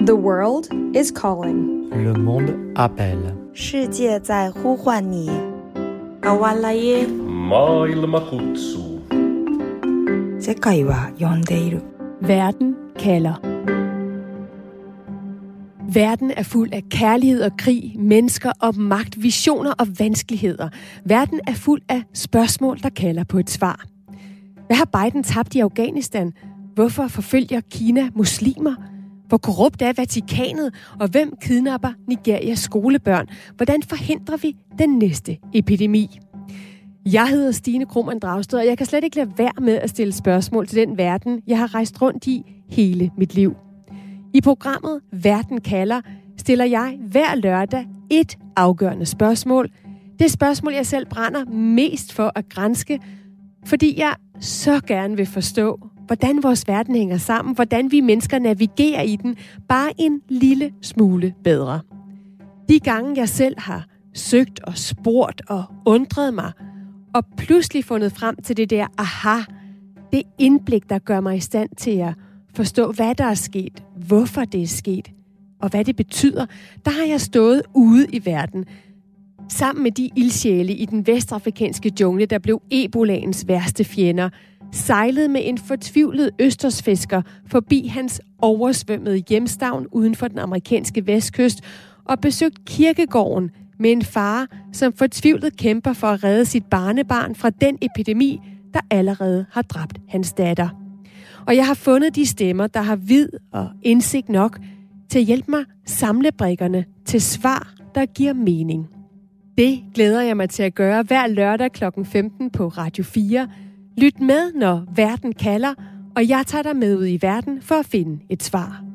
The world is calling. Le monde appelle. 世界在呼唤你。 Awalaye. Maailma kutsuu. 世界は呼んでいる。 Verden kalder. Verden er fuld af kærlighed og krig, mennesker og magt, visioner og vanskeligheder. Verden er fuld af spørgsmål, der kalder på et svar. Hvad har Biden tabt i Afghanistan? Hvorfor forfølger Kina muslimer? Hvor korrupt er Vatikanet? Og hvem kidnapper Nigerias skolebørn? Hvordan forhindrer vi den næste epidemi? Jeg hedder Stine Krohmann Dragsted, og jeg kan slet ikke lade være med at stille spørgsmål til den verden, jeg har rejst rundt i hele mit liv. I programmet Verden kalder stiller jeg hver lørdag et afgørende spørgsmål. Det spørgsmål, jeg selv brænder mest for at granske, fordi jeg så gerne vil forstå, hvordan vores verden hænger sammen, hvordan vi mennesker navigerer i den, bare en lille smule bedre. De gange, jeg selv har søgt og spurgt og undret mig, og pludselig fundet frem til det der aha, det indblik, der gør mig i stand til at forstå, hvad der er sket, hvorfor det er sket, og hvad det betyder, der har jeg stået ude i verden, sammen med de ildsjæle i den vestafrikanske jungle, der blev ebolaens værste fjender, sejlede med en fortvivlet østersfisker forbi hans oversvømmede hjemstavn uden for den amerikanske vestkyst, og besøgt kirkegården med en far, som fortvivlet kæmper for at redde sit barnebarn fra den epidemi, der allerede har dræbt hans datter. Og jeg har fundet de stemmer, der har vid og indsigt nok til at hjælpe mig samle brikkerne til svar, der giver mening. Det glæder jeg mig til at gøre hver lørdag kl. 15 på Radio 4. Lyt med, når verden kalder, og jeg tager dig med ud i verden for at finde et svar.